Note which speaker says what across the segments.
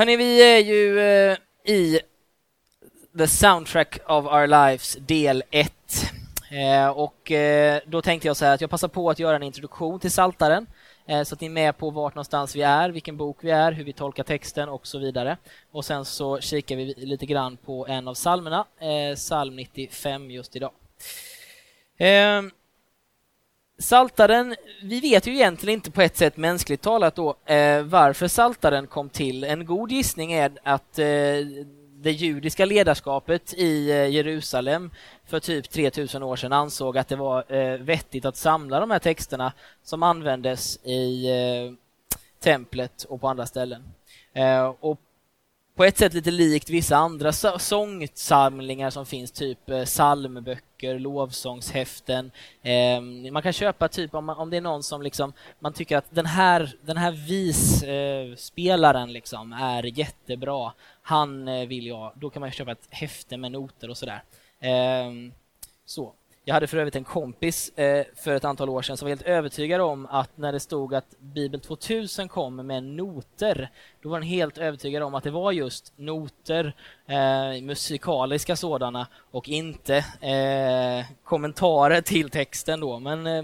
Speaker 1: Hörrni, vi är ju i The Soundtrack of Our Lives del 1. Och då tänkte jag så här att jag passar på att göra en introduktion till Psaltaren, så att ni är med på vart någonstans vi är, vilken bok vi är, hur vi tolkar texten och så vidare. Och sen så kikar vi lite grann på en av psalmerna, psalm 95 just idag. Psaltaren, vi vet ju egentligen inte på ett sätt mänskligt talat då varför Psaltaren kom till. En god gissning är att det judiska ledarskapet i Jerusalem för typ 3000 år sedan ansåg att det var vettigt att samla de här texterna som användes i templet och på andra ställen. Och på ett sätt lite likt vissa andra sångsamlingar som finns, typ psalmböcker, lovsångshäften. Man kan köpa typ om det är någon som liksom, man tycker att den här visspelaren liksom är jättebra. Han vill jag, då kan man köpa ett häfte med noter och sådär. Så. Jag hade för övrigt en kompis för ett antal år sedan som var helt övertygad om att när det stod att Bibel 2000 kom med noter, då var den helt övertygad om att det var just noter, musikaliska sådana, och inte kommentarer till texten då. Men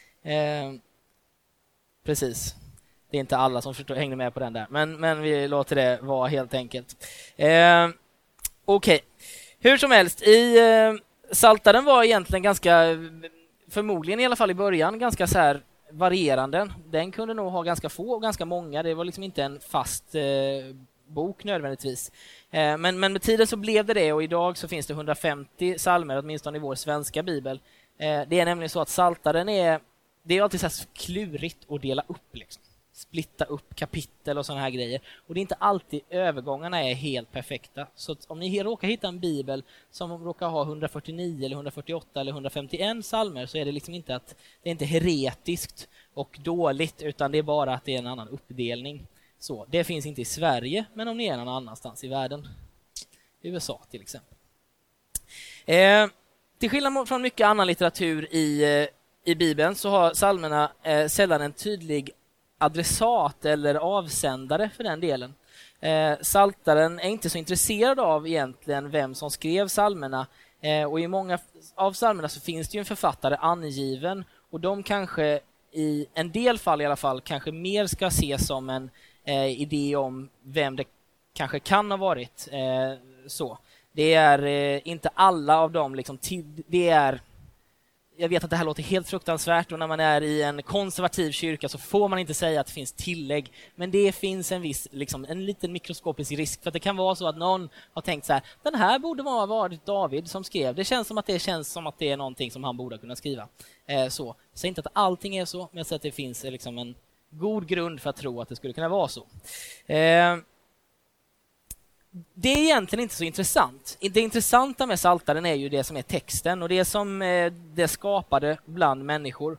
Speaker 1: precis, det är inte alla som hängde med på den där. Men vi låter det vara helt enkelt. Okej. Hur som helst, Psaltaren var egentligen ganska, förmodligen i alla fall i början, ganska så här varierande. Den kunde nog ha ganska få och ganska många. Det var liksom inte en fast bok nödvändigtvis. Men med tiden så blev det, och idag så finns det 150 psalmer, åtminstone i vår svenska bibel. Det är nämligen så att Psaltaren det är alltid så här klurigt att dela upp liksom. Splitta upp kapitel och såna här grejer. Och det är inte alltid övergångarna är helt perfekta. Så om ni råkar hitta en bibel som råkar ha 149 eller 148 eller 151 psalmer, så är det liksom inte att det är inte heretiskt och dåligt, utan det är bara att det är en annan uppdelning. Så det finns inte i Sverige, men om ni är någon annanstans i världen. USA till exempel. Till skillnad från mycket annan litteratur i Bibeln så har psalmerna sällan en tydlig adressat eller avsändare för den delen. Psaltaren är inte så intresserad av egentligen vem som skrev psalmerna, och i många av psalmerna så finns det ju en författare angiven, och de kanske i en del fall i alla fall kanske mer ska ses som en idé om vem det kanske kan ha varit. Så. Det är inte alla av dem liksom, det är, jag vet att det här låter helt fruktansvärt, och när man är i en konservativ kyrka så får man inte säga att det finns tillägg, men det finns en viss, liksom, en liten mikroskopisk risk för att det kan vara så att någon har tänkt så här: den här borde ha varit David som skrev. Det känns som att det är någonting som han borde kunna skriva. Så inte att allting är så, men så att det finns liksom en god grund för att tro att det skulle kunna vara så. Det är egentligen inte så intressant. Det intressanta med Psaltaren är ju det som är texten och det som det skapade bland människor.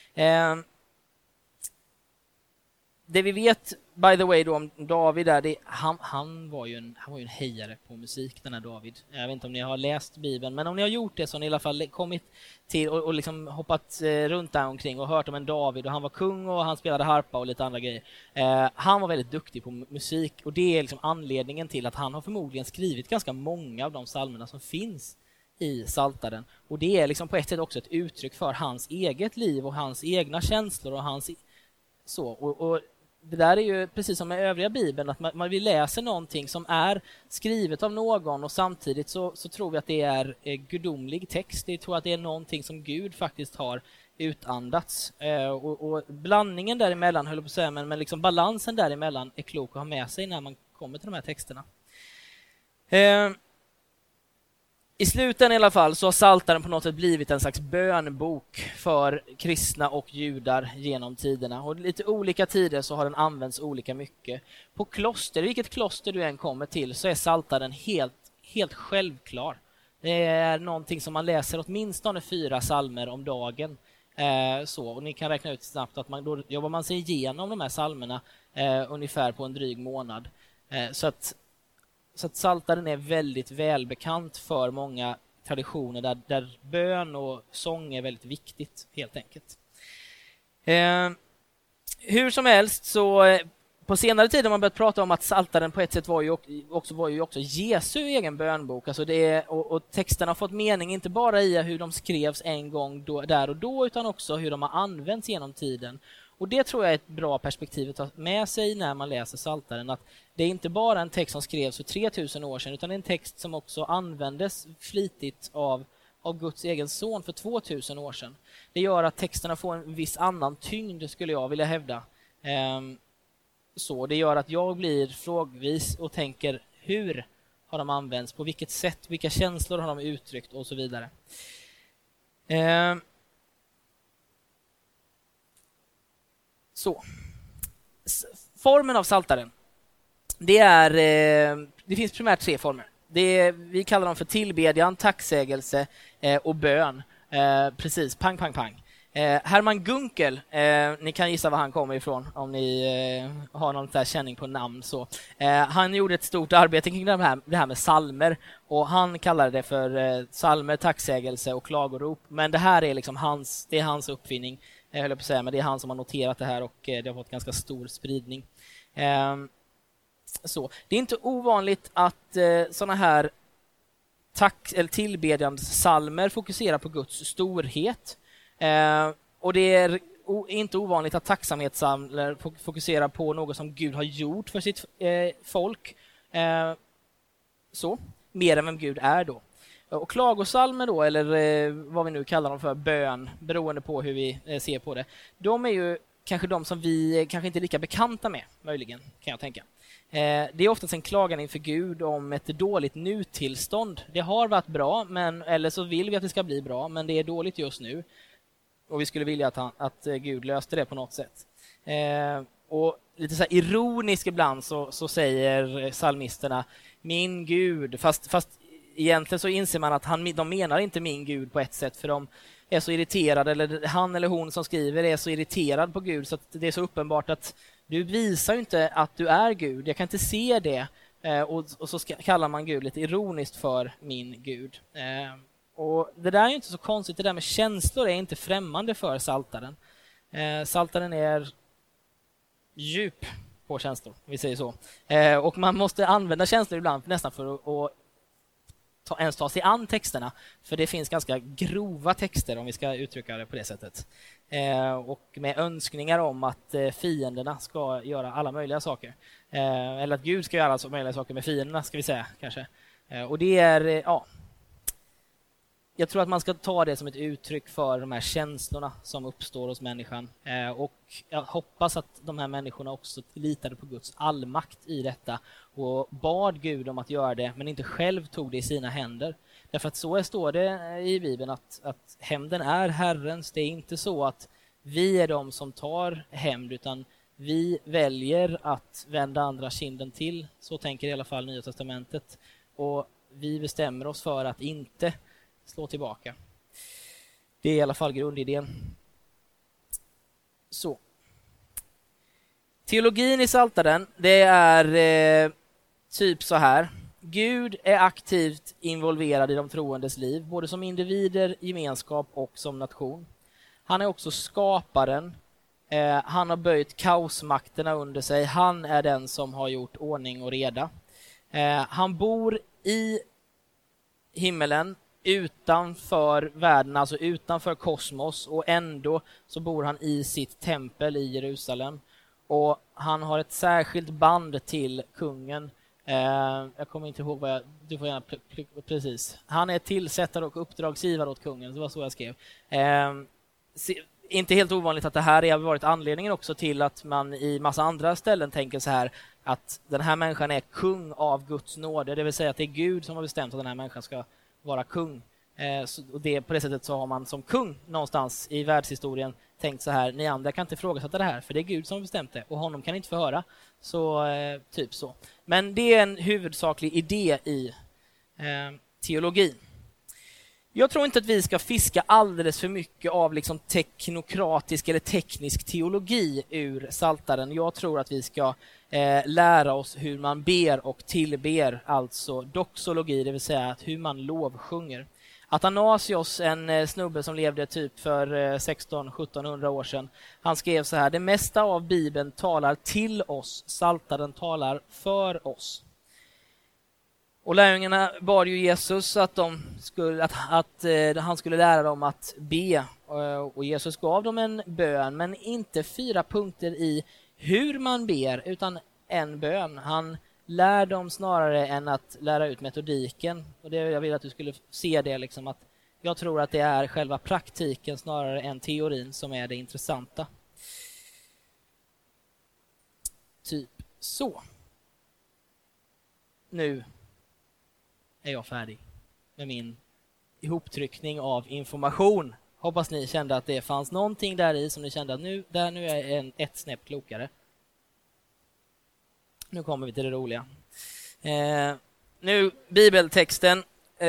Speaker 1: Det vi vet, by the way, då, om David där, han var ju en hejare på musik, den här David. Jag vet inte om ni har läst Bibeln, men om ni har gjort det så har ni i alla fall kommit till och liksom hoppat runt där omkring och hört om en David, och han var kung och han spelade harpa och lite andra grejer. Han var väldigt duktig på musik, och det är liksom anledningen till att han har förmodligen skrivit ganska många av de psalmerna som finns i Psaltaren. Och det är liksom på ett sätt också ett uttryck för hans eget liv och hans egna känslor och hans så. Och det där är ju precis som med övriga Bibeln, att man vill läsa någonting som är skrivet av någon, och samtidigt så tror vi att det är gudomlig text. Jag tror att det är någonting som Gud faktiskt har utandats. Och blandningen däremellan, höll jag på att säga, men liksom balansen däremellan är klok att ha med sig när man kommer till de här texterna. I slutändan i alla fall så har Psaltaren på något sätt blivit en slags bönbok för kristna och judar genom tiderna. Och lite olika tider så har den använts olika mycket. På kloster, vilket kloster du än kommer till, så är Psaltaren helt självklar. Det är någonting som man läser åtminstone 4 psalmer om dagen. Så, och ni kan räkna ut snabbt att då jobbar man sig igenom de här psalmerna ungefär på en dryg månad. Så att Psaltaren är väldigt välbekant för många traditioner där bön och sång är väldigt viktigt, helt enkelt. Hur som helst så På senare tid har man börjat prata om att Psaltaren på ett sätt var ju också Jesu egen bönbok. Alltså och texterna har fått mening inte bara i hur de skrevs en gång där och då, utan också hur de har använts genom tiden. Och det tror jag är ett bra perspektiv att ta med sig när man läser Psaltaren, att det är inte bara en text som skrevs för 3000 år sedan, utan det är en text som också användes flitigt av Guds egen son för 2000 år sedan. Det gör att texterna får en viss annan tyngd, skulle jag vilja hävda. Så det gör att jag blir frågvis och tänker, hur har de använts, på vilket sätt, vilka känslor har de uttryckt och så vidare. Så formen av Psaltaren, det finns primärt 3 former. Vi kallar dem för tillbedjan, tacksägelse och bön. Precis, pang, pang, pang. Hermann Gunkel, ni kan gissa var han kommer ifrån om ni har någon där känning på namn. Så. Han gjorde ett stort arbete kring det här med psalmer, och han kallade det för psalmer, tacksägelse och klagorop. Men det här är liksom hans uppfinning, jag höll på att säga, men det är han som har noterat det här, och det har fått ganska stor spridning. Så. Det är inte ovanligt att såna här eller tillbedjandsalmer fokuserar på Guds storhet. Och det är inte ovanligt att tacksamhetssalmer fokuserar på något som Gud har gjort för sitt folk. Så, mer än vem Gud är då. Och klagosalmer då, eller vad vi nu kallar dem för, bön, beroende på hur vi ser på det. De är ju kanske de som vi kanske inte är lika bekanta med, möjligen, kan jag tänka. Det är oftast en klagan inför Gud om ett dåligt nutillstånd. Det har varit bra, eller så vill vi att det ska bli bra, men det är dåligt just nu. Och vi skulle vilja att Gud löste det på något sätt. Och lite så här ironiskt ibland så säger psalmisterna min Gud, fast egentligen så inser man att de menar inte min Gud på ett sätt, för de är så irriterade, eller han eller hon som skriver är så irriterad på Gud, så att det är så uppenbart att du visar ju inte att du är Gud, jag kan inte se det. Och så kallar man Gud lite ironiskt för min Gud. Och det där är ju inte så konstigt, det där med känslor är inte främmande för Psaltaren. Psaltaren är djup på känslor, vi säger så. Och man måste använda känslor ibland nästan för att ens ta sig an texterna, för det finns ganska grova texter, om vi ska uttrycka det på det sättet. Och med önskningar om att fienderna ska göra alla möjliga saker. Eller att Gud ska göra alla möjliga saker med fienderna, ska vi säga kanske. Och det är, jag tror att man ska ta det som ett uttryck för de här känslorna som uppstår hos människan. Och jag hoppas att de här människorna också litade på Guds allmakt i detta och bad Gud om att göra det, men inte själv tog det i sina händer. Därför att så står det i Bibeln att hämnden är Herrens. Det är inte så att vi är de som tar hämnd, utan vi väljer att vända andra kinden till. Så tänker i alla fall Nya testamentet. Och vi bestämmer oss för att inte slå tillbaka. Det är i alla fall grundidén. Så. Teologin i Psaltaren, det är typ så här. Gud är aktivt involverad i de troendes liv, både som individer, gemenskap och som nation. Han är också skaparen. Han har böjt kaosmakterna under sig. Han är den som har gjort ordning och reda. Han bor i himmelen, utanför världen, alltså utanför kosmos, och ändå så bor han i sitt tempel i Jerusalem. Och han har ett särskilt band till kungen. Jag kommer inte ihåg du får gärna precis. Han är tillsättare och uppdragsgivare åt kungen, det var så jag skrev. Inte helt ovanligt att det här har varit anledningen också till att man i massa andra ställen tänker så här, att den här människan är kung av Guds nåde, det vill säga att det är Gud som har bestämt att den här människan ska vara kung. Och på det sättet så har man som kung någonstans i världshistorien tänkt så här, ni andra kan inte ifrågasätta det här, för det är Gud som har bestämt det, och honom kan inte förhöra. Så typ så. Men det är en huvudsaklig idé i teologin. Jag tror inte att vi ska fiska alldeles för mycket av liksom teknokratisk eller teknisk teologi ur Psaltaren. Jag tror att vi ska lära oss hur man ber och tillber, alltså doxologi, det vill säga att hur man lovsjunger. Athanasios, en snubbe som levde typ för 1600-1700 år sedan, han skrev så här: det mesta av Bibeln talar till oss, Psaltaren talar för oss. Och lärjungarna bad ju Jesus att han skulle lära dem att be, och Jesus gav dem en bön, men inte 4 punkter i hur man ber, utan en bön. Han lär dem snarare än att lära ut metodiken. Och det, jag vill att du skulle se det liksom, att jag tror att det är själva praktiken snarare än teorin som är det intressanta. Typ så. Nu är jag färdig med min ihoptryckning av information. Hoppas ni kände att det fanns någonting där i som ni kände att nu är jag ett snäpp klokare. Nu kommer vi till det roliga. Nu bibeltexten.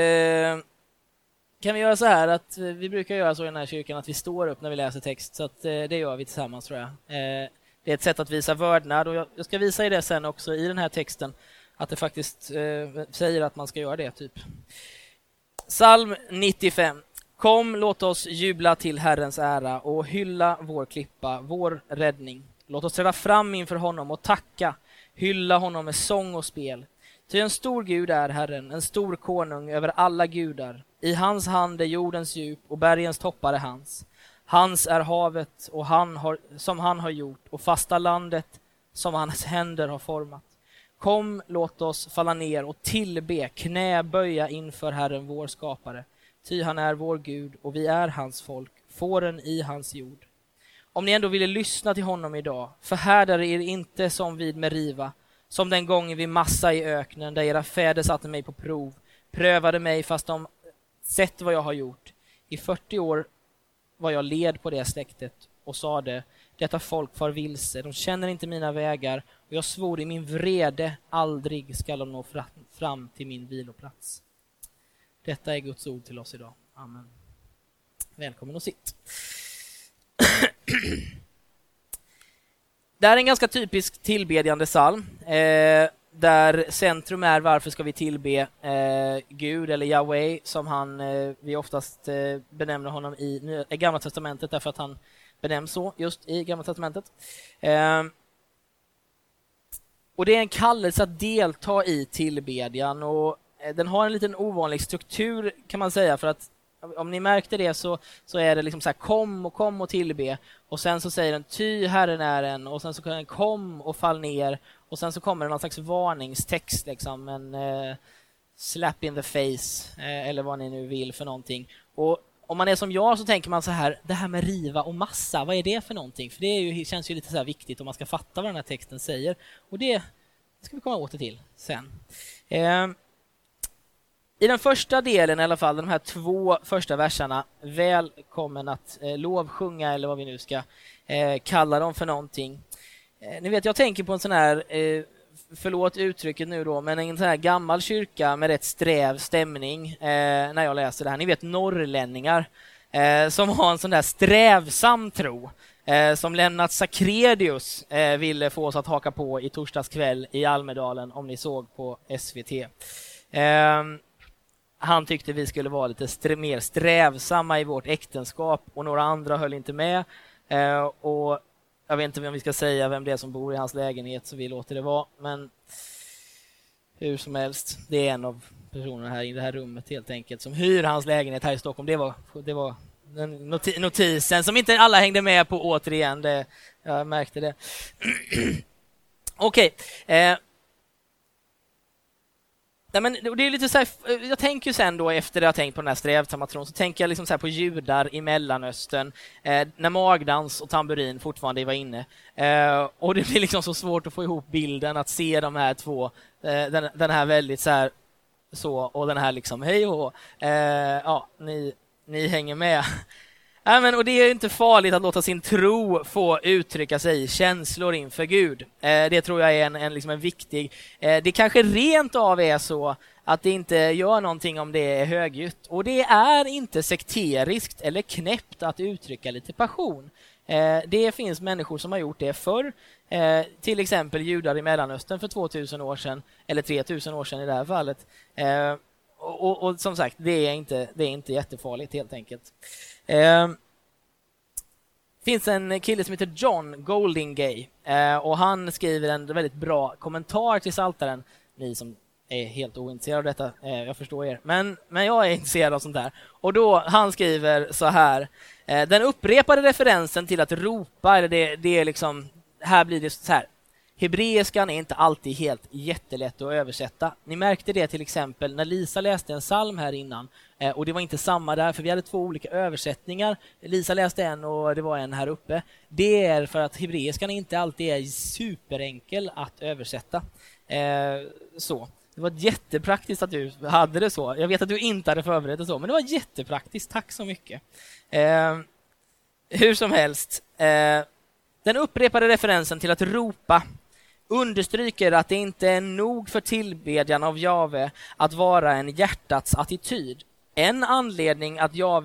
Speaker 1: Kan vi göra så här att vi brukar göra så i den här kyrkan att vi står upp när vi läser text, så att det gör vi tillsammans, tror jag. Det är ett sätt att visa vördnad, och jag ska visa er det sen också i den här texten, att det faktiskt säger att man ska göra det typ. Psalm 95. Kom, låt oss jubla till Herrens ära och hylla vår klippa, vår räddning. Låt oss träda fram inför honom och tacka, hylla honom med sång och spel. Ty en stor Gud är Herren, en stor konung över alla gudar. I hans hand är jordens djup och bergens toppar är hans. Hans är havet och som han har gjort, och fasta landet som hans händer har format. Kom, låt oss falla ner och tillbe, knäböja inför Herren vår skapare. Ty han är vår Gud och vi är hans folk, fåren i hans jord. Om ni ändå ville lyssna till honom idag, förhärdade er inte som vid Meriva, som den gången vid Massa i öknen, där era fäder satte mig på prov, prövade mig fast de sett vad jag har gjort. I 40 år var jag led på det släktet och sade: detta folk far vilse, de känner inte mina vägar, och jag svor i min vrede, aldrig skall de nå fram till min viloplats. Detta är Guds ord till oss idag. Amen. Välkommen och sitt. Det här är en ganska typisk tillbedjande psalm, där centrum är varför ska vi tillbe Gud eller Yahweh, som vi oftast benämner honom i Gamla testamentet, därför att han benämns så just i Gamla testamentet. Och det är en kallelse att delta i tillbedjan, och den har en liten ovanlig struktur, kan man säga, för att om ni märkte det så är det liksom så här: kom och tillbe, och sen så säger den ty Herren är en, och sen så kan den kom och fall ner, och sen så kommer det någon slags varningstext liksom, en slap in the face, eller vad ni nu vill för någonting. Och om man är som jag så tänker man så här: det här med riva och massa, vad är det för någonting? För det känns ju lite så här viktigt om man ska fatta vad den här texten säger, och det ska vi komma åter till sen. I den första delen i alla fall, de här 2 första verserna, välkommen att lovsjunga, eller vad vi nu ska kalla dem för någonting. Ni vet, jag tänker på en sån här, förlåt uttrycket nu då, men en sån här gammal kyrka med rätt sträv stämning när jag läser det här. Ni vet, norrlänningar som har en sån där strävsam tro, som Lennart Sacredius ville få oss att haka på i torsdagskväll i Almedalen, om ni såg på SVT. Han tyckte vi skulle vara lite mer strävsamma i vårt äktenskap, och några andra höll inte med. Och jag vet inte om vi ska säga vem det är som bor i hans lägenhet, så vi låter det vara. Men hur som helst, det är en av personerna här i det här rummet helt enkelt som hyr hans lägenhet här i Stockholm. Det var notisen som inte alla hängde med på återigen. Jag märkte det. Okej. Nej, men det är lite så här, jag tänker sen då, efter att jag tänkt på den här strävsamma tron, så tänker jag liksom så här på judar i Mellanöstern, när magdans och tamburin fortfarande var inne, och det blir liksom så svårt att få ihop bilden, att se de här två, den här väldigt så här så, och den här liksom hej och ja, ni hänger med. Ja, men, och det är inte farligt att låta sin tro få uttrycka sig i känslor inför Gud. Det tror jag är en viktig... det kanske rent av är så att det inte gör någonting om det är högljutt. Och det är inte sekteriskt eller knäppt att uttrycka lite passion. Det finns människor som har gjort det förr. Till exempel judar i Mellanöstern för 2000 år sedan, eller 3000 år sedan i det här fallet. och som sagt, det är inte jättefarligt helt enkelt. Finns en kille som heter John Goldingay och han skriver en väldigt bra kommentar till Psaltaren. Ni som är helt ointresserade av detta, jag förstår er. Men jag är intresserad av sånt där. Och då, han skriver så här. Den upprepade referensen till att ropa, eller det är liksom, här blir det så här. Hebreiskan är inte alltid helt jättelätt att översätta. Ni märkte det till exempel när Lisa läste en psalm här innan. Och det var inte samma där, för vi hade 2 olika översättningar. Lisa läste en och det var en här uppe. Det är för att hebreiskan inte alltid är superenkel att översätta. Så. Det var jättepraktiskt att du hade det så. Jag vet att du inte hade förberett det så, men det var jättepraktiskt. Tack så mycket. Hur som helst. Den upprepade referensen till att ropa understryker att det inte är nog för tillbedjan av Jave att vara en hjärtats attityd. En av anledningarna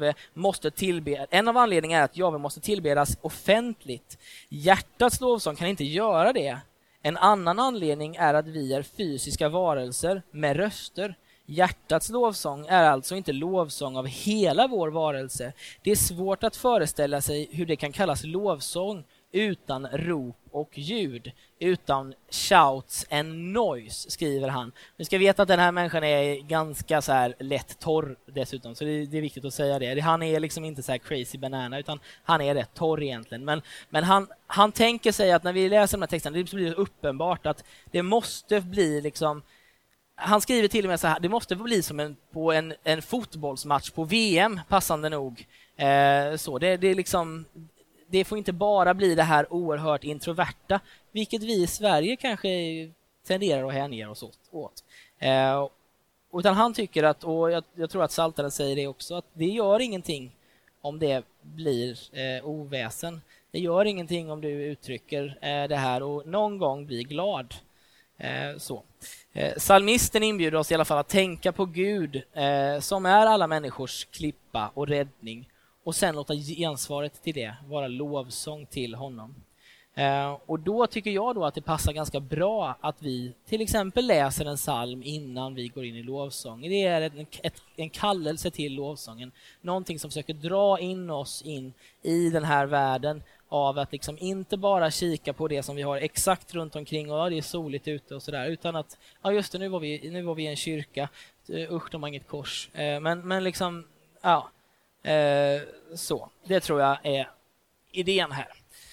Speaker 1: är att Jave måste tillbedas offentligt. Hjärtats lovsång kan inte göra det. En annan anledning är att vi är fysiska varelser med röster. Hjärtats lovsång är alltså inte lovsång av hela vår varelse. Det är svårt att föreställa sig hur det kan kallas lovsång utan rop och ljud, utan shouts and noise, skriver han. Vi ska veta att den här människan är ganska så här lätt torr dessutom, så det är viktigt att säga det. Han är liksom inte så här crazy banana, utan han är rätt torr egentligen. Men han tänker sig att när vi läser de här texterna, det blir uppenbart att det måste bli liksom. Han skriver till och med så här, det måste bli som på en fotbollsmatch på VM, passande nog. Så det är liksom. Det får inte bara bli det här oerhört introverta, vilket vi i Sverige kanske tenderar att hänge oss åt. Utan han tycker att, och jag tror att Psaltaren säger det också, att det gör ingenting om det blir oväsen. Det gör ingenting om du uttrycker det här och någon gång blir glad. Så. Psalmisten inbjuder oss i alla fall att tänka på Gud som är alla människors klippa och räddning. Och sen låta gensvaret till det vara lovsång till honom. Och då tycker jag då att det passar ganska bra att vi till exempel läser en psalm innan vi går in i lovsång. Det är en kallelse till lovsången. Någonting som försöker dra in oss in i den här världen av att liksom inte bara kika på det som vi har exakt runt omkring och det är soligt ute och sådär, utan att just det, nu var vi i en kyrka, usch, de har inget kors. Men liksom, ja. Så, det tror jag är idén här.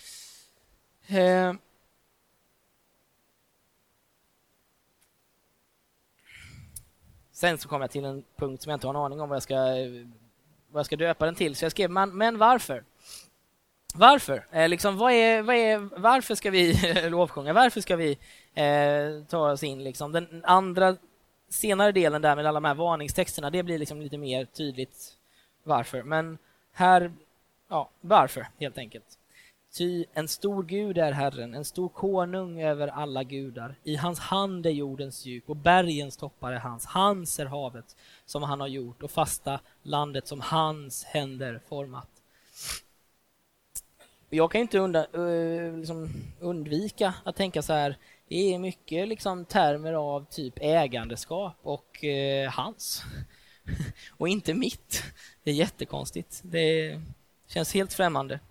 Speaker 1: Sen så kommer jag till en punkt som jag inte har en aning om vad jag ska döpa den till. Så jag skrev, men varför? Varför? Liksom, varför ska vi lovsjunga? Varför ska vi ta oss in? Liksom? Den andra senare delen där med alla de här varningstexterna, det blir liksom lite mer tydligt varför. Men här, varför helt enkelt. Ty en stor Gud är Herren, en stor konung över alla gudar. I hans hand är jordens djup och bergens toppar är hans. Hans är havet som han har gjort och fasta landet som hans händer format. Jag kan inte undvika att tänka så här. Det är mycket liksom termer av typ ägandeskap och hans. Och inte mitt. Det är jättekonstigt. Det känns helt främmande.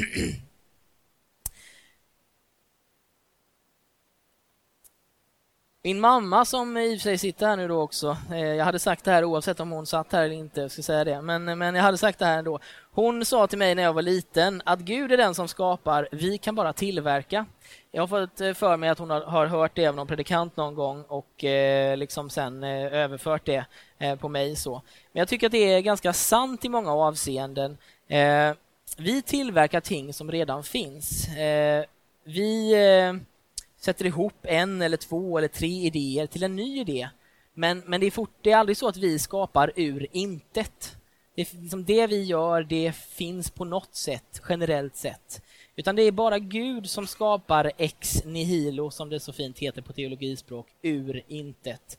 Speaker 1: Min mamma som i och för sig sitter här nu då också. Jag hade sagt det här oavsett om hon satt här eller inte, jag ska säga det. Men jag hade sagt det här ändå. Hon sa till mig när jag var liten att Gud är den som skapar, vi kan bara tillverka. Jag har fått för mig att hon har hört det av någon predikant någon gång och liksom sen överfört det på mig så. Men jag tycker att det är ganska sant i många avseenden. Vi tillverkar ting som redan finns. Vi sätter ihop 1 eller 2 eller 3 idéer till en ny idé. Men det är aldrig så att vi skapar ur intet. Det vi gör, det finns på något sätt, generellt sett. Utan det är bara Gud som skapar ex nihilo, som det så fint heter på teologispråk, ur intet.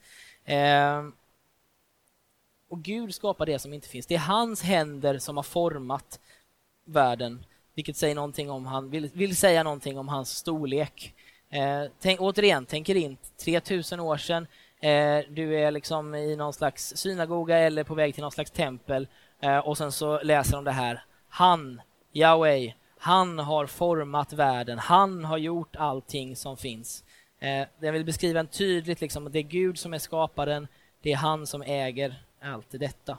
Speaker 1: Och Gud skapar det som inte finns. Det är hans händer som har format världen, vilket säger någonting om han vill säga någonting om hans storlek. Tänker in 3000 år sedan. Du är liksom i någon slags synagoga eller på väg till någon slags tempel, och sen så läser de det här. Han, Yahweh, han har format världen. Han har gjort allting som finns. Jag vill beskriva en tydligt liksom, att det är Gud som är skaparen. Det är han som äger allt detta.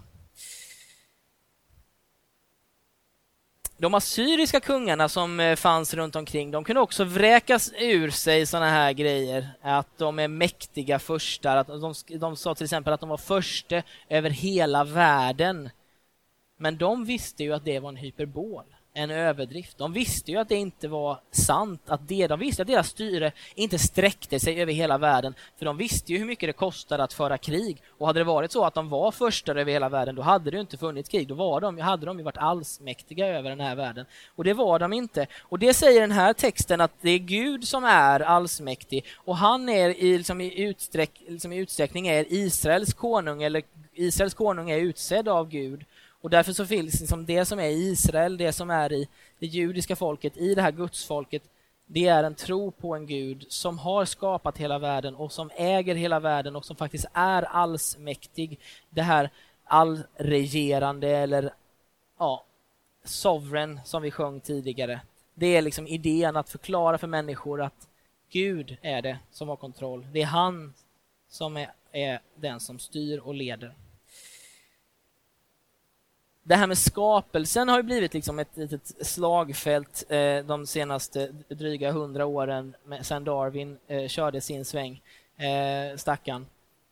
Speaker 1: De assyriska kungarna som fanns runt omkring, de kunde också vräkas ur sig såna här grejer. Att de är mäktiga förstar. Att de sa till exempel att de var första över hela världen. Men de visste ju att det var en hyperbol, en överdrift. De visste ju att det inte var sant. De visste att deras styre inte sträckte sig över hela världen. För de visste ju hur mycket det kostade att föra krig. Och hade det varit så att de var första över hela världen, då hade det ju inte funnits krig. Då hade de ju varit allsmäktiga över den här världen. Och det var de inte. Och det säger den här texten, att det är Gud som är allsmäktig. Och han är i utsträckning är Israels konung, eller Israels konung är utsedd av Gud. Och därför så finns liksom det som är i Israel, det som är i det judiska folket, i det här gudsfolket, det är en tro på en Gud som har skapat hela världen och som äger hela världen och som faktiskt är allsmäktig. Det här allregerande, eller sovereign som vi sjöng tidigare. Det är liksom idén att förklara för människor att Gud är det som har kontroll. Det är han som är den som styr och leder. Det här med skapelsen har ju blivit liksom ett litet slagfält de senaste dryga 100 åren sedan Darwin körde sin sväng. Stackarn.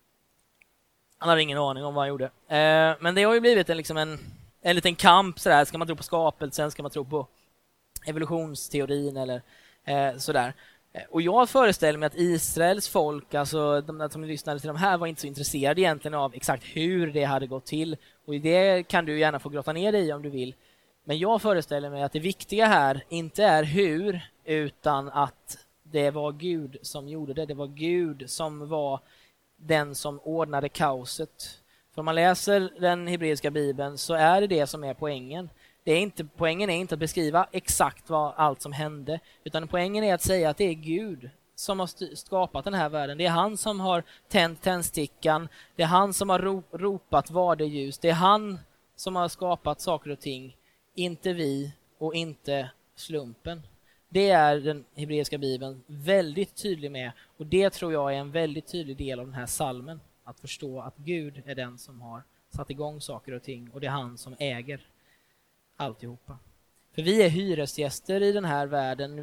Speaker 1: Han har ingen aning om vad han gjorde. Men det har ju blivit en liten kamp sådär. Ska man tro på skapelsen? Ska man tro på evolutionsteorin eller sådär? Och jag föreställer mig att Israels folk, alltså de som lyssnade till de här, var inte så intresserade egentligen av exakt hur det hade gått till. Och det kan du gärna få grotta ner dig i om du vill. Men jag föreställer mig att det viktiga här inte är hur, utan att det var Gud som gjorde det. Det var Gud som var den som ordnade kaoset. För om man läser den hebreiska bibeln så är det som är poängen. Poängen är inte att beskriva exakt vad allt som hände, utan poängen är att säga att det är Gud som har skapat den här världen. Det är han som har tänt tändstickan. Det är han som har ropat var det ljus. Det är han som har skapat saker och ting. Inte vi och inte slumpen. Det är den hebreiska bibeln väldigt tydlig med. Och det tror jag är en väldigt tydlig del av den här salmen. Att förstå att Gud är den som har satt igång saker och ting. Och det är han som äger alltihopa. För vi är hyresgäster i den här världen.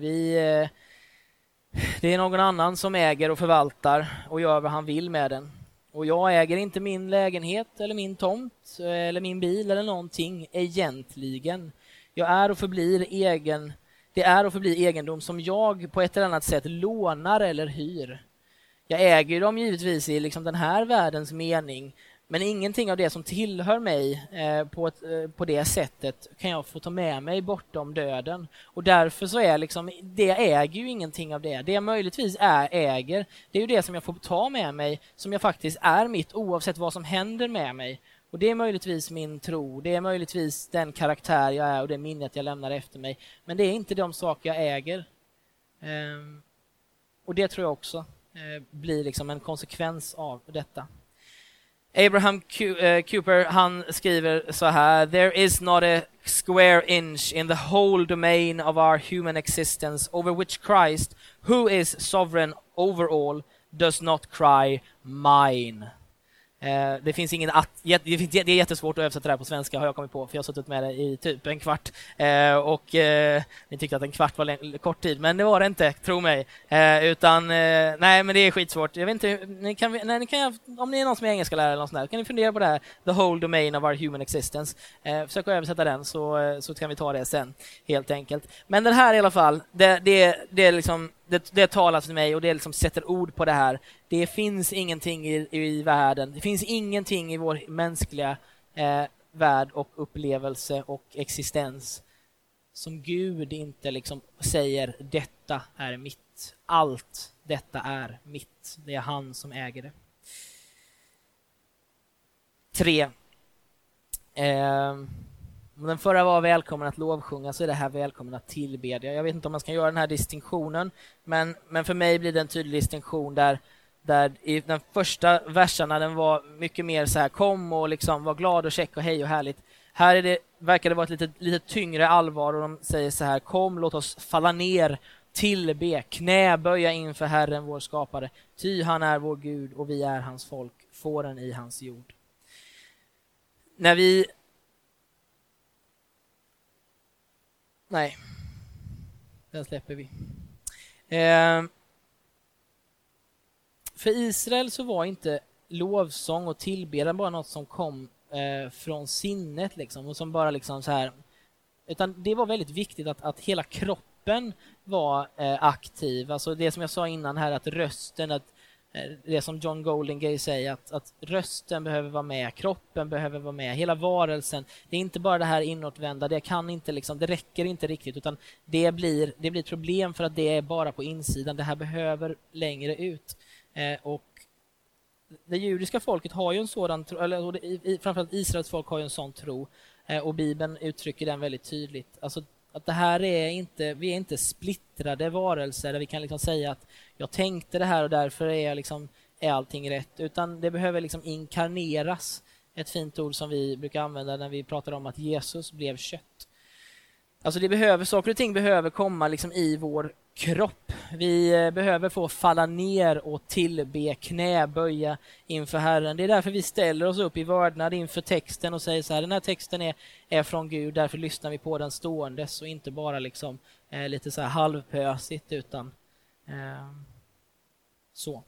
Speaker 1: Det är någon annan som äger och förvaltar och gör vad han vill med den. Och jag äger inte min lägenhet eller min tomt eller min bil eller någonting egentligen. Jag är och förblir det är och förblir egendom som jag på ett eller annat sätt lånar eller hyr. Jag äger dem givetvis i liksom den här världens mening. Men ingenting av det som tillhör mig på det sättet kan jag få ta med mig bortom döden. Och därför så är det äger ju ingenting av det. Det jag möjligtvis äger, det är ju det som jag får ta med mig, som jag faktiskt är mitt oavsett vad som händer med mig. Och det är möjligtvis min tro, det är möjligtvis den karaktär jag är och det minnet jag lämnar efter mig. Men det är inte de saker jag äger. Och det tror jag också blir liksom en konsekvens av detta. Abraham Cooper, han skriver så här: There is not a square inch in the whole domain of our human existence over which Christ, who is sovereign over all, does not cry mine. Det finns det är jättesvårt att översätta det här på svenska, har jag kommit på, för jag har suttit med det i typ en kvart. Och ni tyckte att en kvart var kort tid, men det var det inte, tro mig. Nej, men det är skitsvårt. Jag vet inte, om ni är någon som är engelska lärare eller något sånt där, kan ni fundera på det här, the whole domain of our human existence. Försök att översätta den, så kan vi ta det sen, helt enkelt. Men den här i alla fall, det talas för mig och det liksom sätter ord på det här. Det finns ingenting i världen. Det finns ingenting i vår mänskliga värld och upplevelse och existens som Gud inte liksom säger: detta är mitt. Allt detta är mitt. Det är han som äger det. 3. Om den förra var välkommen att lovsjunga, så är det här välkommen att tillbedja. Jag vet inte om man ska göra den här distinktionen, men för mig blir det en tydlig distinktion där där i den första verserna den var mycket mer så här, kom och liksom var glad och check och hej och härligt. Här verkar det vara ett lite tyngre allvar, och de säger så här: kom, låt oss falla ner, tillbe, knäböja inför Herren vår skapare, ty han är vår Gud och vi är hans folk, fåren i hans jord. Den släpper vi. För Israel så var inte lovsång och tillbedjan bara något som kom från sinnet liksom, och som bara liksom så här, utan det var väldigt viktigt att hela kroppen var aktiv. Alltså det som jag sa innan här, att rösten, att det som John Goldingay säger, att rösten behöver vara med, kroppen behöver vara med, hela varelsen. Det är inte bara det här inåtvända, det kan inte liksom, det räcker inte riktigt, utan det blir ett problem för att det är bara på insidan. Det här behöver längre ut. Och det judiska folket har ju en sådan tro, eller framförallt Israels folk har ju en sån tro, och Bibeln uttrycker den väldigt tydligt. Alltså att det här vi är inte splittrade varelser där vi kan liksom säga att jag tänkte det här och därför är allting rätt, utan det behöver liksom inkarneras, ett fint ord som vi brukar använda när vi pratar om att Jesus blev kött. Alltså saker och ting behöver komma liksom i vår kropp. Vi behöver få falla ner och tillbe, knäböja inför Herren. Det är därför vi ställer oss upp i vördnad inför texten och säger så här: den här texten är från Gud, därför lyssnar vi på den ståendes och inte bara liksom lite så här halvpösigt, utan så.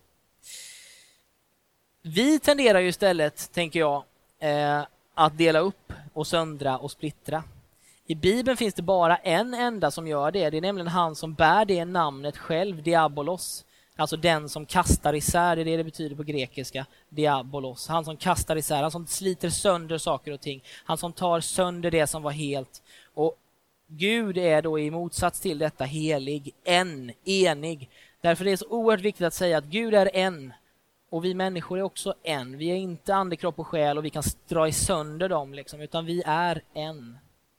Speaker 1: Vi tenderar ju istället, tänker jag, att dela upp och söndra och splittra. I Bibeln finns det bara en enda som gör det. Det är nämligen han som bär det namnet själv, diabolos. Alltså den som kastar isär, det är det det betyder på grekiska, diabolos. Han som kastar isär, han som sliter sönder saker och ting. Han som tar sönder det som var helt. Och Gud är då i motsats till detta helig, enig. Därför är det så oerhört viktigt att säga att Gud är en. Och vi människor är också en. Vi är inte ande, kropp och själ och vi kan dra i sönder dem liksom, utan vi är en.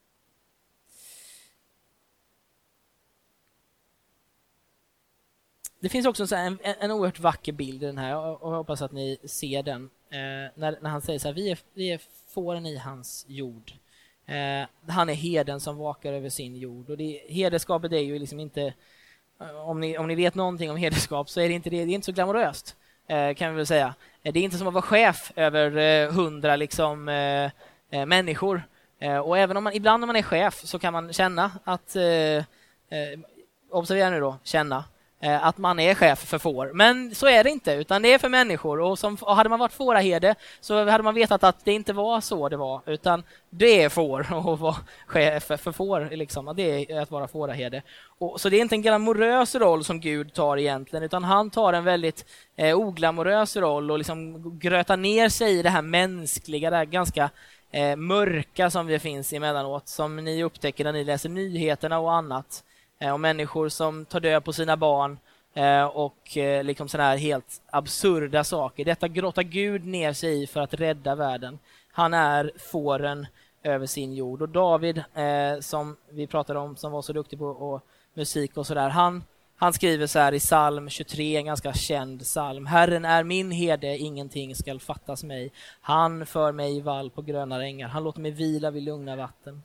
Speaker 1: Det finns också en oerhört vacker bild i den här, och jag hoppas att ni ser den. När han säger så här: vi är fåren i hans jord. Han är herden som vakar över sin jord. Och herdeskapet är ju liksom inte, om ni vet någonting om herdeskap, så är det är inte så glamoröst, kan vi väl säga. Det är inte som att vara chef över 100 liksom, människor. Och även om ibland när man är chef så kan man känna att, observera nu då, känna att man är chef för får. Men så är det inte, utan det är för människor. Och hade man varit fåraherde så hade man vetat att det inte var så det var, utan det är får och vara chef för får. Liksom. Det är att vara fåraherde. Så det är inte en glamorös roll som Gud tar egentligen, utan han tar en väldigt oglamorös roll och liksom grötar ner sig i det här mänskliga, det här ganska mörka som det finns emellanåt, som ni upptäcker när ni läser nyheterna och annat. Och människor som tar död på sina barn och liksom sådana här helt absurda saker. Detta grottar Gud ner sig i för att rädda världen. Han är fåren över sin jord. Och David, som vi pratade om, som var så duktig på musik och sådär, han skriver så här i psalm 23, en ganska känd psalm: Herren är min herde, ingenting skall fattas mig. Han för mig i vall på gröna ängar. Han låter mig vila vid lugna vatten.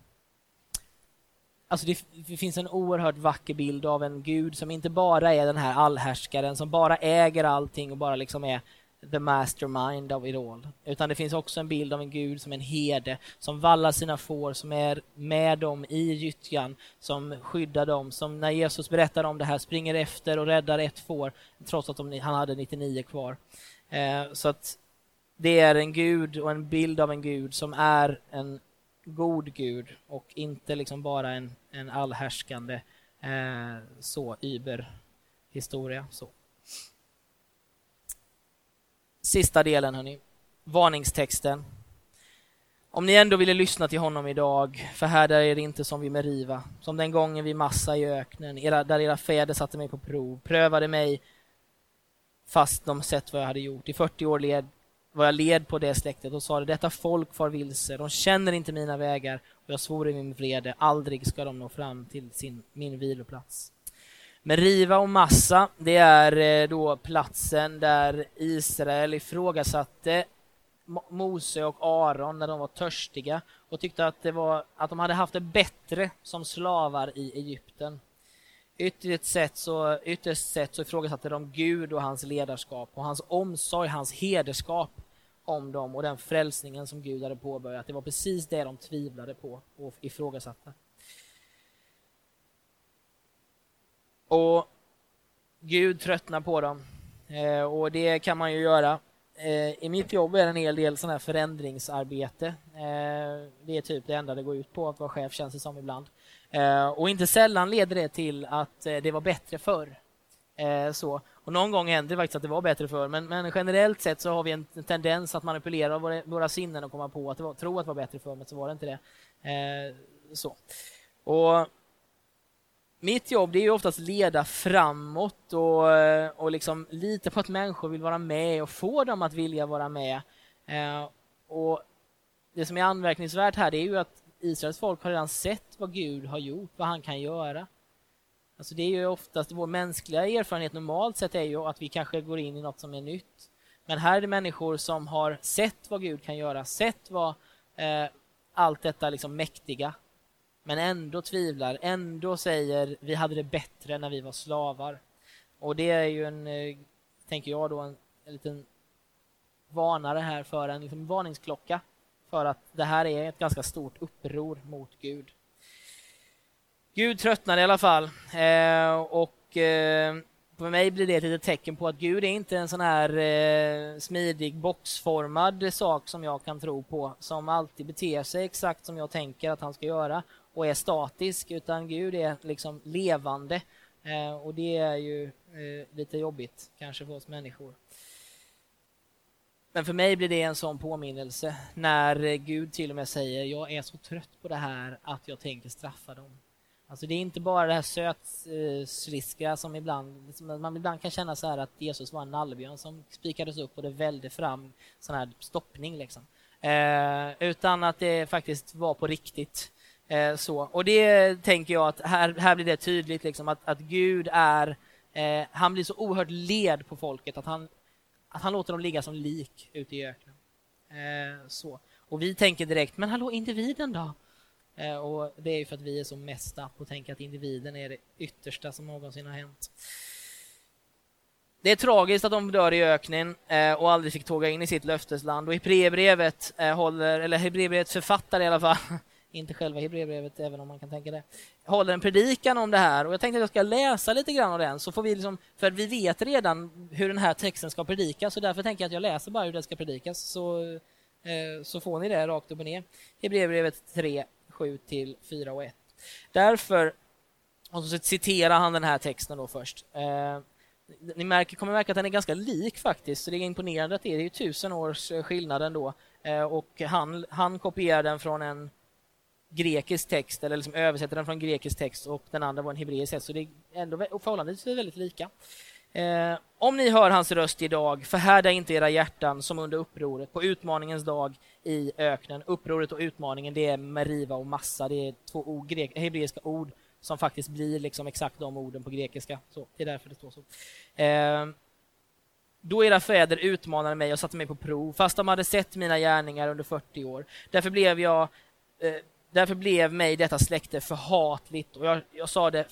Speaker 1: Alltså det finns en oerhört vacker bild av en Gud som inte bara är den här allhärskaren som bara äger allting och bara liksom är the mastermind of it all. Utan det finns också en bild av en Gud som en herde som vallar sina får, som är med dem i gyttjan, som skyddar dem, som när Jesus berättar om det här springer efter och räddar ett får trots att han hade 99 kvar. Så att det är en Gud och en bild av en Gud som är en god Gud och inte liksom bara en allhärskande überhistoria. Så. Sista delen, hörni. Varningstexten. Om ni ändå ville lyssna till honom idag, för här där är det inte som vid Meriva, som den gången vid Massa i öknen, där era fäder satte mig på prov, prövade mig fast de sett vad jag hade gjort. I 40 år var jag led på det släktet och sa: detta folk far vilse, de känner inte mina vägar, och jag svor i min vrede, aldrig ska de nå fram till min viloplats. Meriva och Massa, det är då platsen där Israel ifrågasatte Mose och Aron när de var törstiga och tyckte att de hade haft det bättre som slavar i Egypten. Ytterst sett så ifrågasatte de Gud och hans ledarskap och hans omsorg, hans hederskap om dem och den frälsningen som Gud hade påbörjat. Det var precis det de tvivlade på och ifrågasatte. Och Gud tröttnar på dem. Och det kan man ju göra. I mitt jobb är det en hel del sån här förändringsarbete. Det är typ det enda det går ut på att vara chef, känns det som ibland. Och inte sällan leder det till att det var bättre förr. Så. Och någon gång händer det faktiskt att det var bättre förr. Men generellt sett så har vi en tendens att manipulera våra sinnen och komma på att tro att det var bättre förr, men så var det inte det. Så. Och mitt jobb, det är ju oftast leda framåt och liksom lita på att människor vill vara med och få dem att vilja vara med. Och det som är anmärkningsvärt här, det är ju att Israels folk har redan sett vad Gud har gjort, vad han kan göra. Alltså det är ju oftast vår mänskliga erfarenhet normalt sett är ju att vi kanske går in i något som är nytt. Men här är det människor som har sett vad Gud kan göra, sett vad allt detta liksom mäktiga. Men ändå tvivlar, ändå säger vi hade det bättre när vi var slavar. Och det är ju tänker jag då, en liten varnare här för en liksom varningsklocka. För att det här är ett ganska stort uppror mot Gud. Gud tröttnar i alla fall. Och för mig blir det ett litet tecken på att Gud är inte en sån här smidig, boxformad sak som jag kan tro på. Som alltid beter sig exakt som jag tänker att han ska göra. Och är statisk, utan Gud är liksom levande. Och det är ju lite jobbigt kanske för oss människor. Men för mig blir det en sån påminnelse när Gud till och med säger jag är så trött på det här att jag tänker straffa dem. Alltså det är inte bara det här sötsliska som man ibland kan känna så här att Jesus var en nallebjörn som spikades upp och det välde fram sån här stoppning liksom. Utan att det faktiskt var på riktigt. Så. Och det tänker jag att här blir det tydligt liksom, att Gud är han blir så oerhört led på folket att han låter dem ligga som lik ute i öknen. Så. Och vi tänker direkt, men hallå, individen då? Och det är ju för att vi är så mästa på att tänka att individen är det yttersta som någonsin har hänt. Det är tragiskt att de dör i öknen och aldrig fick tåga in i sitt löftesland. Och Hebreerbrevet Hebreerbrevets författare i alla fall, inte själva Hebreerbrevet även om man kan tänka det, håller en predikan om det här. Och jag tänkte att jag ska läsa lite grann av den, så får vi liksom, för vi vet redan hur den här texten ska predikas, så därför tänker jag att jag läser bara hur den ska predikas, så får ni det rakt upp och ner. Hebreerbrevet 3, 7-4 och 1. Därför, och så citerar han den här texten då först. Ni kommer märka att den är ganska lik faktiskt, så det är imponerande att det är ju 1000 års skillnad ändå. Och han kopierar den från en grekisk text, eller liksom översätter den från grekisk text, och den andra var en hebreisk text, så det är ändå förhållandevis väldigt lika. Om ni hör hans röst idag, förhärda inte era hjärtan som under upproret på utmaningens dag i öknen. Upproret och utmaningen, det är Meriva och Massa, det är två hebreiska ord som faktiskt blir liksom exakt de orden på grekiska. Så det är därför det står så. Då era fäder utmanade mig och satte mig på prov, fast de hade sett mina gärningar under 40 år. Därför blev mig detta släkte förhatligt, och jag sa det,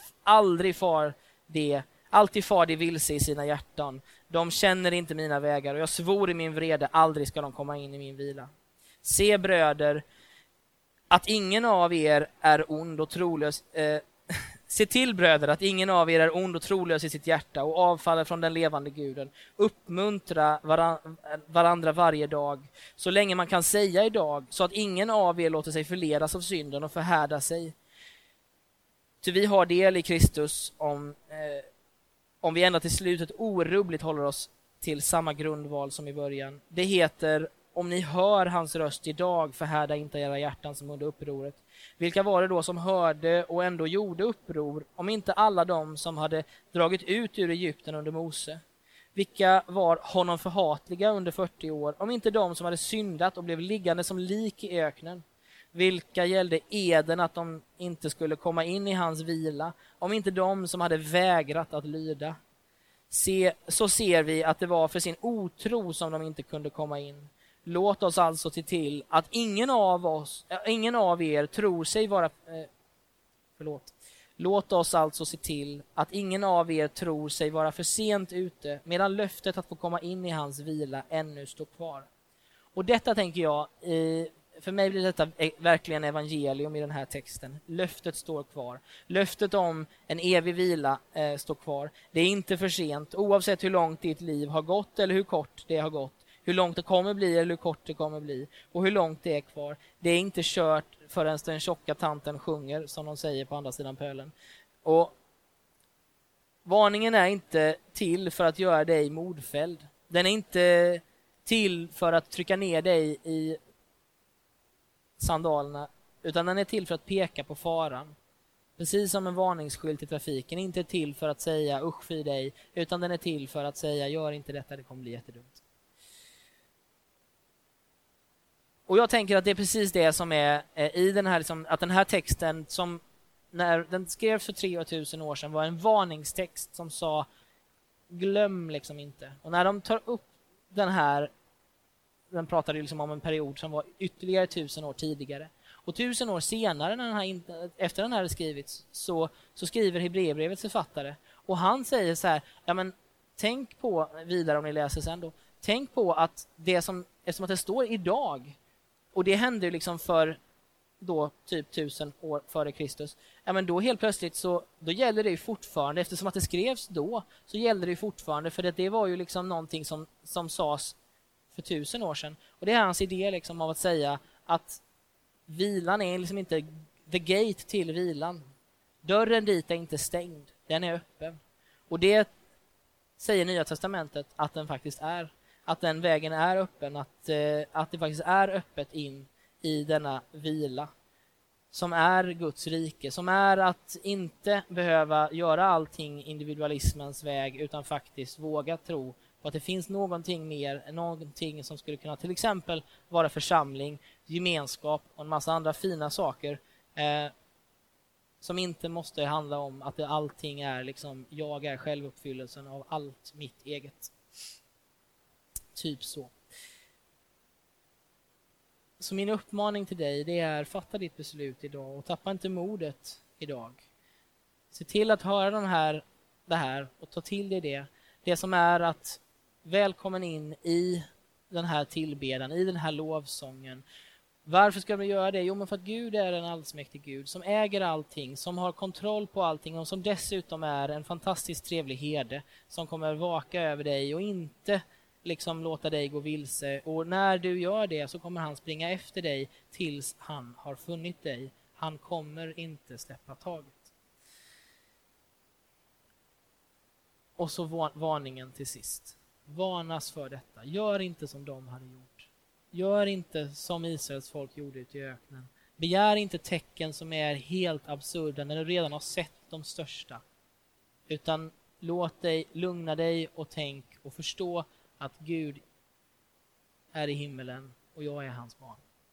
Speaker 1: alltid far det vilse i sina hjärtan. De känner inte mina vägar, och jag svor i min vrede, aldrig ska de komma in i min vila. Se bröder, att ingen av er är ond och trolös. Se till bröder att ingen av er är ond och trolös i sitt hjärta och avfaller från den levande guden. Uppmuntra varandra varje dag, så länge man kan säga idag, så att ingen av er låter sig förledas av synden och förhärda sig. Ty vi har del i Kristus om vi ända till slutet orubbligt håller oss till samma grundval som i början. Det heter, om ni hör hans röst idag, förhärda inte era hjärtan som under upproret. Vilka var det då som hörde och ändå gjorde uppror, om inte alla de som hade dragit ut ur Egypten under Mose? Vilka var honom förhatliga under 40 år, om inte de som hade syndat och blev liggande som lik i öknen? vilka gällde eden att de inte skulle komma in i hans vila, om inte de som hade vägrat att lyda. Så ser vi att det var för sin otro som de inte kunde komma in. Låt oss alltså se till att ingen av er tror sig vara Låt oss alltså se till att ingen av er tror sig vara för sent ute, medan löftet att få komma in i hans vila ännu står kvar. Och detta tänker jag, för mig blir detta verkligen evangelium i den här texten. Löftet står kvar. Löftet om en evig vila står kvar. Det är inte för sent, oavsett hur långt ditt liv har gått eller hur kort det har gått. Hur långt det kommer bli eller hur kort det kommer bli. Och hur långt det är kvar. Det är inte kört förrän den tjocka tanten sjunger, som de säger på andra sidan pölen. Och varningen är inte till för att göra dig modfälld. Den är inte till för att trycka ner dig i sandalerna, utan den är till för att peka på faran. Precis som en varningsskylt i trafiken, inte till för att säga usch fy dig, utan den är till för att säga gör inte detta, det kommer bli jättedumt. Och jag tänker att det är precis det som är i den här, liksom, att den här texten som när den skrevs för 3000 år sedan var en varningstext som sa glöm liksom inte. Och när de tar upp den här, den pratade liksom om en period som var ytterligare 1000 år tidigare. Och 1000 år senare, efter den här skrivits, så skriver Hebreerbrevets författare. Och han säger så här, ja men tänk på, vidare om ni läser sen då, tänk på att det som, eftersom att det står idag, och det hände liksom för då typ 1000 år före Kristus, ja men då helt plötsligt så då gäller det ju fortfarande, eftersom att det skrevs då, så gäller det ju fortfarande, för det var ju liksom någonting som sades för 1000 år sedan. Och det är hans idé liksom av att säga att vilan är liksom inte the gate till vilan. Dörren dit är inte stängd, den är öppen. Och det säger Nya testamentet att den faktiskt är. Att den vägen är öppen, att det faktiskt är öppet in i denna vila som är Guds rike, som är att inte behöva göra allting individualismens väg, utan faktiskt våga tro på att det finns någonting mer, någonting som skulle kunna till exempel vara församling, gemenskap och en massa andra fina saker som inte måste handla om att allting är liksom jag är självuppfyllelsen av allt mitt eget. Typ så. Så min uppmaning till dig, det är fatta ditt beslut idag och tappa inte modet idag. Se till att höra det här och ta till dig det. Det som är att välkommen in i den här tillbedan, i den här lovsången. Varför ska vi göra det? Jo, men för att Gud är en allsmäktig Gud som äger allting, som har kontroll på allting och som dessutom är en fantastiskt trevlig herde som kommer vaka över dig och inte liksom låta dig gå vilse. Och när du gör det så kommer han springa efter dig tills han har funnit dig. Han kommer inte släppa taget. Och så varningen till sist. Varnas för detta. Gör inte som de hade gjort. Gör inte som Israels folk gjorde ute i öknen. Begär inte tecken som är helt absurda när du redan har sett de största. Utan låt dig lugna dig och tänk och förstå att Gud är i himmelen och jag är hans barn.